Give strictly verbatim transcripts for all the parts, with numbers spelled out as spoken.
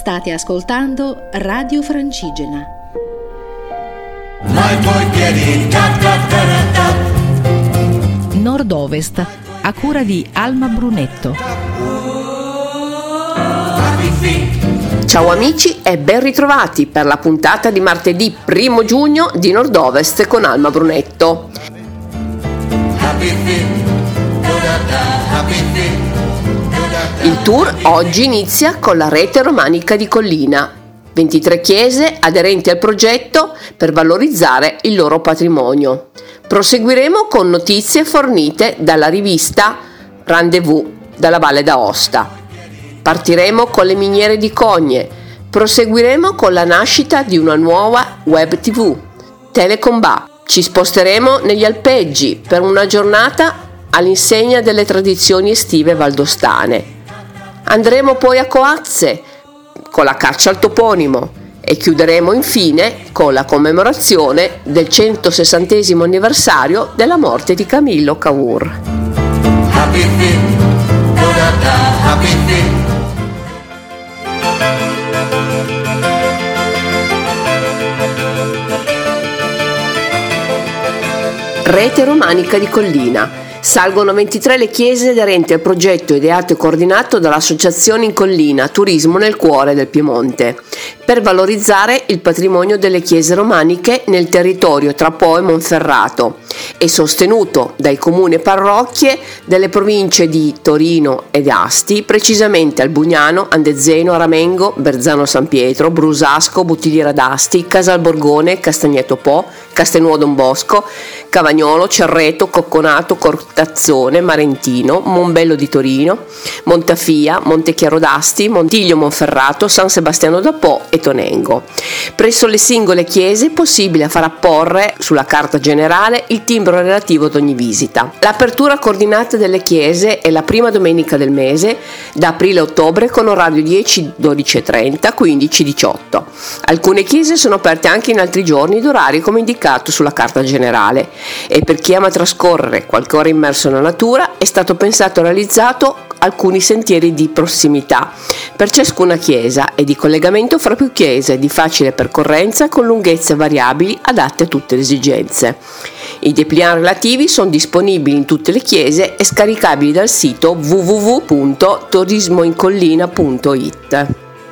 State ascoltando Radio Francigena. Nord-Ovest, a cura di Alma Brunetto. Ciao amici e ben ritrovati per la puntata di martedì primo giugno di Nord-Ovest con Alma Brunetto. Il tour oggi inizia con la rete romanica di Collina, ventitré chiese aderenti al progetto per valorizzare il loro patrimonio. Proseguiremo con notizie fornite dalla rivista Rendezvous dalla Valle d'Aosta. Partiremo con le miniere di Cogne, proseguiremo con la nascita di una nuova web tivù, Telecomba. Ci sposteremo negli alpeggi per una giornata all'insegna delle tradizioni estive valdostane. Andremo poi a Coazze con la caccia al toponimo e chiuderemo infine con la commemorazione del centosessantesimo anniversario della morte di Camillo Cavour. Happy feet, happy feet. Rete romanica di Collina. Salgono ventitré le chiese aderenti al progetto ideato e coordinato dall'Associazione in Collina, Turismo nel cuore del Piemonte, per valorizzare il patrimonio delle chiese romaniche nel territorio tra Po e Monferrato e sostenuto dai comuni e parrocchie delle province di Torino ed Asti, precisamente Albugnano, Andezeno, Aramengo, Berzano San Pietro, Brusasco, Buttigliera d'Asti, Casalborgone, Castagneto Po, Castelnuovo Don Bosco, Cavagnolo, Cerreto, Cocconato, Cortazzone, Marentino, Monbello di Torino, Montafia, Montechiaro d'Asti, Montiglio Monferrato, San Sebastiano da Po e Tonengo. Presso le singole chiese è possibile far apporre sulla carta generale il timbro relativo ad ogni visita. L'apertura coordinata delle chiese è la prima domenica del mese, da aprile a ottobre, con orario dieci, dodici e trenta, quindici, diciotto. Alcune chiese sono aperte anche in altri giorni ed orari come indicato sulla carta generale, e per chi ama trascorrere qualche ora immerso nella natura è stato pensato e realizzato alcuni sentieri di prossimità per ciascuna chiesa e di collegamento fra più chiese di facile percorrenza con lunghezze variabili adatte a tutte le esigenze. I dépliant relativi sono disponibili in tutte le chiese e scaricabili dal sito w w w punto turismoincollina punto i t.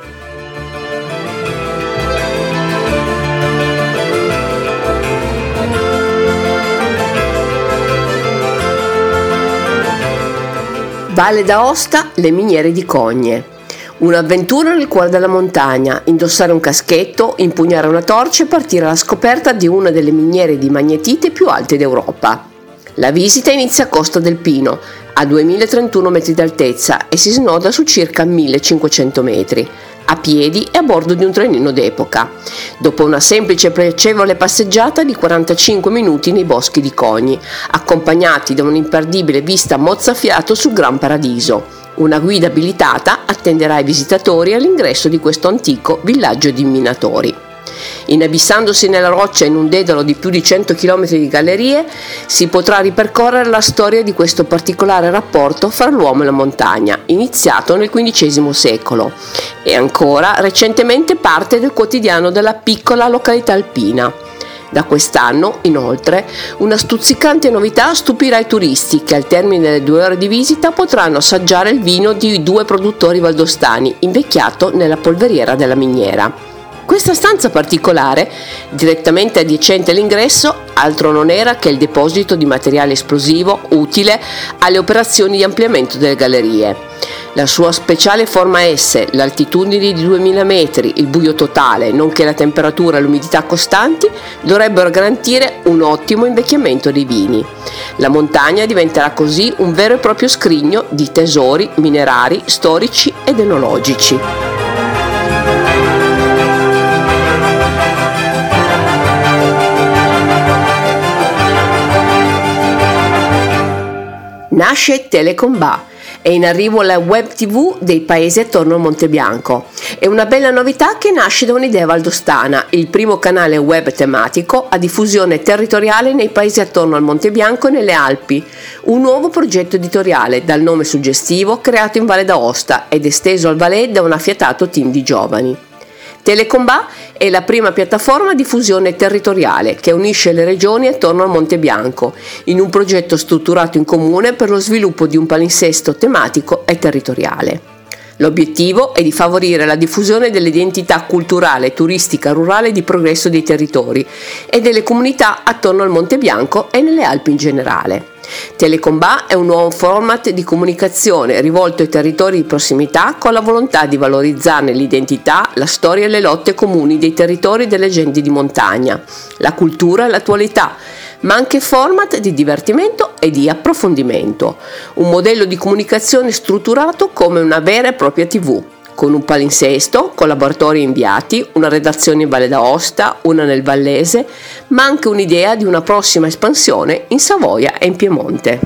Valle d'Aosta, le miniere di Cogne. Un'avventura nel cuore della montagna, indossare un caschetto, impugnare una torcia e partire alla scoperta di una delle miniere di magnetite più alte d'Europa. La visita inizia a Costa del Pino, a duemilatrentuno metri d'altezza, e si snoda su circa millecinquecento metri, a piedi e a bordo di un trenino d'epoca, dopo una semplice e piacevole passeggiata di quarantacinque minuti nei boschi di Cogni, accompagnati da un'imperdibile vista mozzafiato sul Gran Paradiso. Una guida abilitata attenderà i visitatori all'ingresso di questo antico villaggio di minatori. Inabissandosi nella roccia in un dedalo di più di cento chilometri di gallerie, si potrà ripercorrere la storia di questo particolare rapporto fra l'uomo e la montagna, iniziato nel quindicesimo secolo, e ancora recentemente parte del quotidiano della piccola località alpina. Da quest'anno, inoltre, una stuzzicante novità stupirà i turisti che al termine delle due ore di visita potranno assaggiare il vino di due produttori valdostani, invecchiato nella polveriera della miniera. Questa stanza particolare, direttamente adiacente all'ingresso, altro non era che il deposito di materiale esplosivo utile alle operazioni di ampliamento delle gallerie. La sua speciale forma S, l'altitudine di duemila metri, il buio totale, nonché la temperatura e l'umidità costanti dovrebbero garantire un ottimo invecchiamento dei vini. La montagna diventerà così un vero e proprio scrigno di tesori minerari, storici ed enologici. Nasce Telecomba. È in arrivo la web tivù dei paesi attorno al Monte Bianco. È una bella novità che nasce da un'idea valdostana, il primo canale web tematico a diffusione territoriale nei paesi attorno al Monte Bianco e nelle Alpi. Un nuovo progetto editoriale dal nome suggestivo creato in Valle d'Aosta ed esteso al Valais da un affiatato team di giovani. Telecomba è la prima piattaforma di fusione territoriale che unisce le regioni attorno al Monte Bianco in un progetto strutturato in comune per lo sviluppo di un palinsesto tematico e territoriale. L'obiettivo è di favorire la diffusione dell'identità culturale, turistica, rurale e di progresso dei territori e delle comunità attorno al Monte Bianco e nelle Alpi in generale. Telecomba è un nuovo format di comunicazione rivolto ai territori di prossimità con la volontà di valorizzarne l'identità, la storia e le lotte comuni dei territori e delle genti di montagna, la cultura e l'attualità, ma anche format di divertimento e di approfondimento. Un modello di comunicazione strutturato come una vera e propria tivù, con un palinsesto, collaboratori inviati, una redazione in Valle d'Aosta, una nel Vallese, ma anche un'idea di una prossima espansione in Savoia e in Piemonte.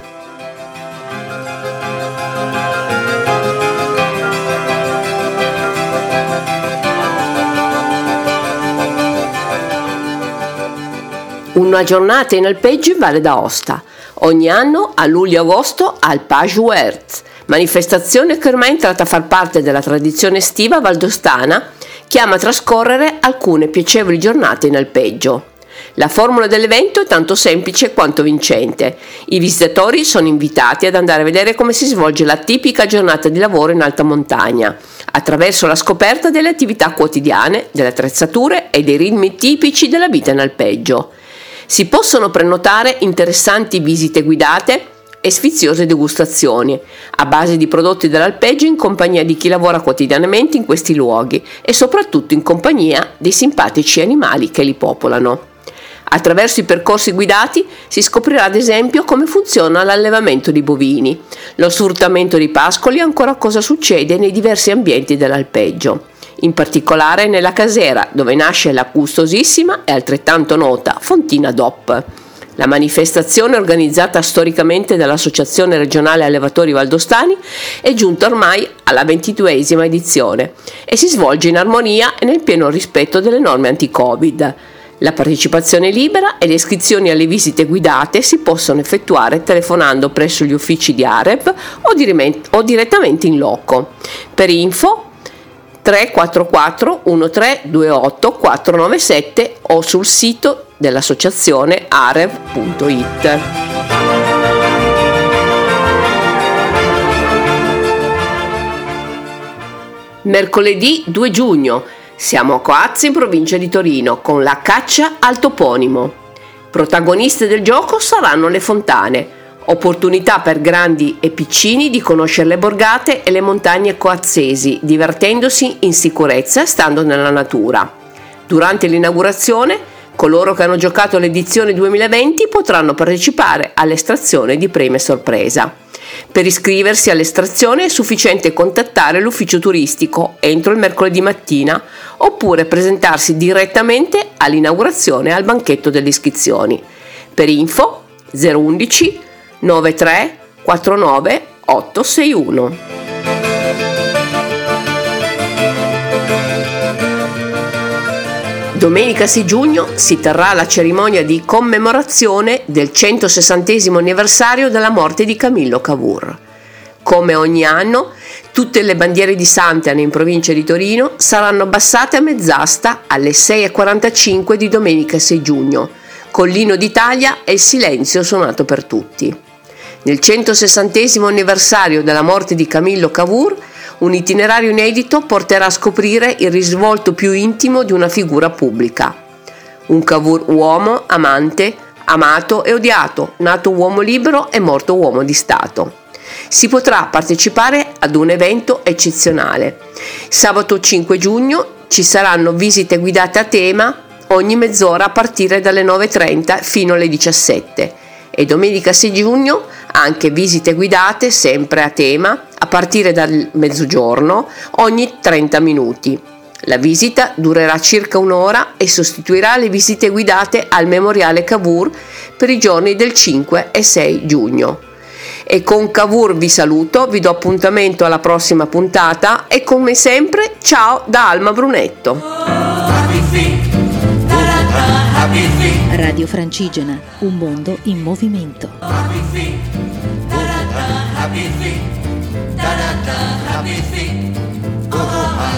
Una giornata in alpeggio in Valle d'Aosta. Ogni anno a luglio-agosto al Page Wert, manifestazione che ormai è entrata a far parte della tradizione estiva valdostana che ama trascorrere alcune piacevoli giornate in alpeggio. La formula dell'evento è tanto semplice quanto vincente. I visitatori sono invitati ad andare a vedere come si svolge la tipica giornata di lavoro in alta montagna, attraverso la scoperta delle attività quotidiane, delle attrezzature e dei ritmi tipici della vita in alpeggio. Si possono prenotare interessanti visite guidate e sfiziose degustazioni a base di prodotti dell'alpeggio in compagnia di chi lavora quotidianamente in questi luoghi e soprattutto in compagnia dei simpatici animali che li popolano. Attraverso i percorsi guidati si scoprirà ad esempio come funziona l'allevamento di bovini, lo sfruttamento di pascoli e ancora cosa succede nei diversi ambienti dell'alpeggio, in particolare nella casera dove nasce la gustosissima e altrettanto nota Fontina D O P. La manifestazione, organizzata storicamente dall'Associazione Regionale Allevatori Valdostani, è giunta ormai alla ventiduesima edizione e si svolge in armonia e nel pieno rispetto delle norme anti-Covid. La partecipazione è libera e le iscrizioni alle visite guidate si possono effettuare telefonando presso gli uffici di AREV o, dire- o direttamente in loco. Per info tre quattro quattro uno tre due otto quattro nove sette o sul sito dell'associazione arev punto it. Mercoledì due giugno siamo a Coazze in provincia di Torino con la caccia al toponimo. Protagoniste del gioco saranno le fontane, opportunità per grandi e piccini di conoscere le borgate e le montagne coazzesi, divertendosi in sicurezza e stando nella natura. Durante l'inaugurazione, coloro che hanno giocato l'edizione duemilaventi potranno partecipare all'estrazione di premi a sorpresa. Per iscriversi all'estrazione è sufficiente contattare l'ufficio turistico entro il mercoledì mattina oppure presentarsi direttamente all'inaugurazione al banchetto delle iscrizioni. Per info zero undici nove tre quattro nove otto sei uno. Domenica sei giugno si terrà la cerimonia di commemorazione del centosessantesimo anniversario della morte di Camillo Cavour. Come ogni anno, tutte le bandiere di Sant'Anna in provincia di Torino saranno abbassate a mezz'asta alle sei e quarantacinque di domenica sei giugno, con l'inno d'Italia e il silenzio suonato per tutti. Nel centosessantesimo anniversario della morte di Camillo Cavour, un itinerario inedito porterà a scoprire il risvolto più intimo di una figura pubblica. Un Cavour uomo, amante, amato e odiato, nato uomo libero e morto uomo di Stato. Si potrà partecipare ad un evento eccezionale. Sabato cinque giugno ci saranno visite guidate a tema ogni mezz'ora a partire dalle nove e trenta fino alle diciassette e domenica sei giugno anche visite guidate sempre a tema a partire dal mezzogiorno ogni trenta minuti. La visita durerà circa un'ora e sostituirà le visite guidate al Memoriale Cavour per i giorni del cinque e sei giugno. E con Cavour vi saluto, vi do appuntamento alla prossima puntata e come sempre ciao da Alma Brunetto. Radio Francigena, un mondo in movimento. Happy feet, da da da, happy feet, da da da, happy feet, go go high.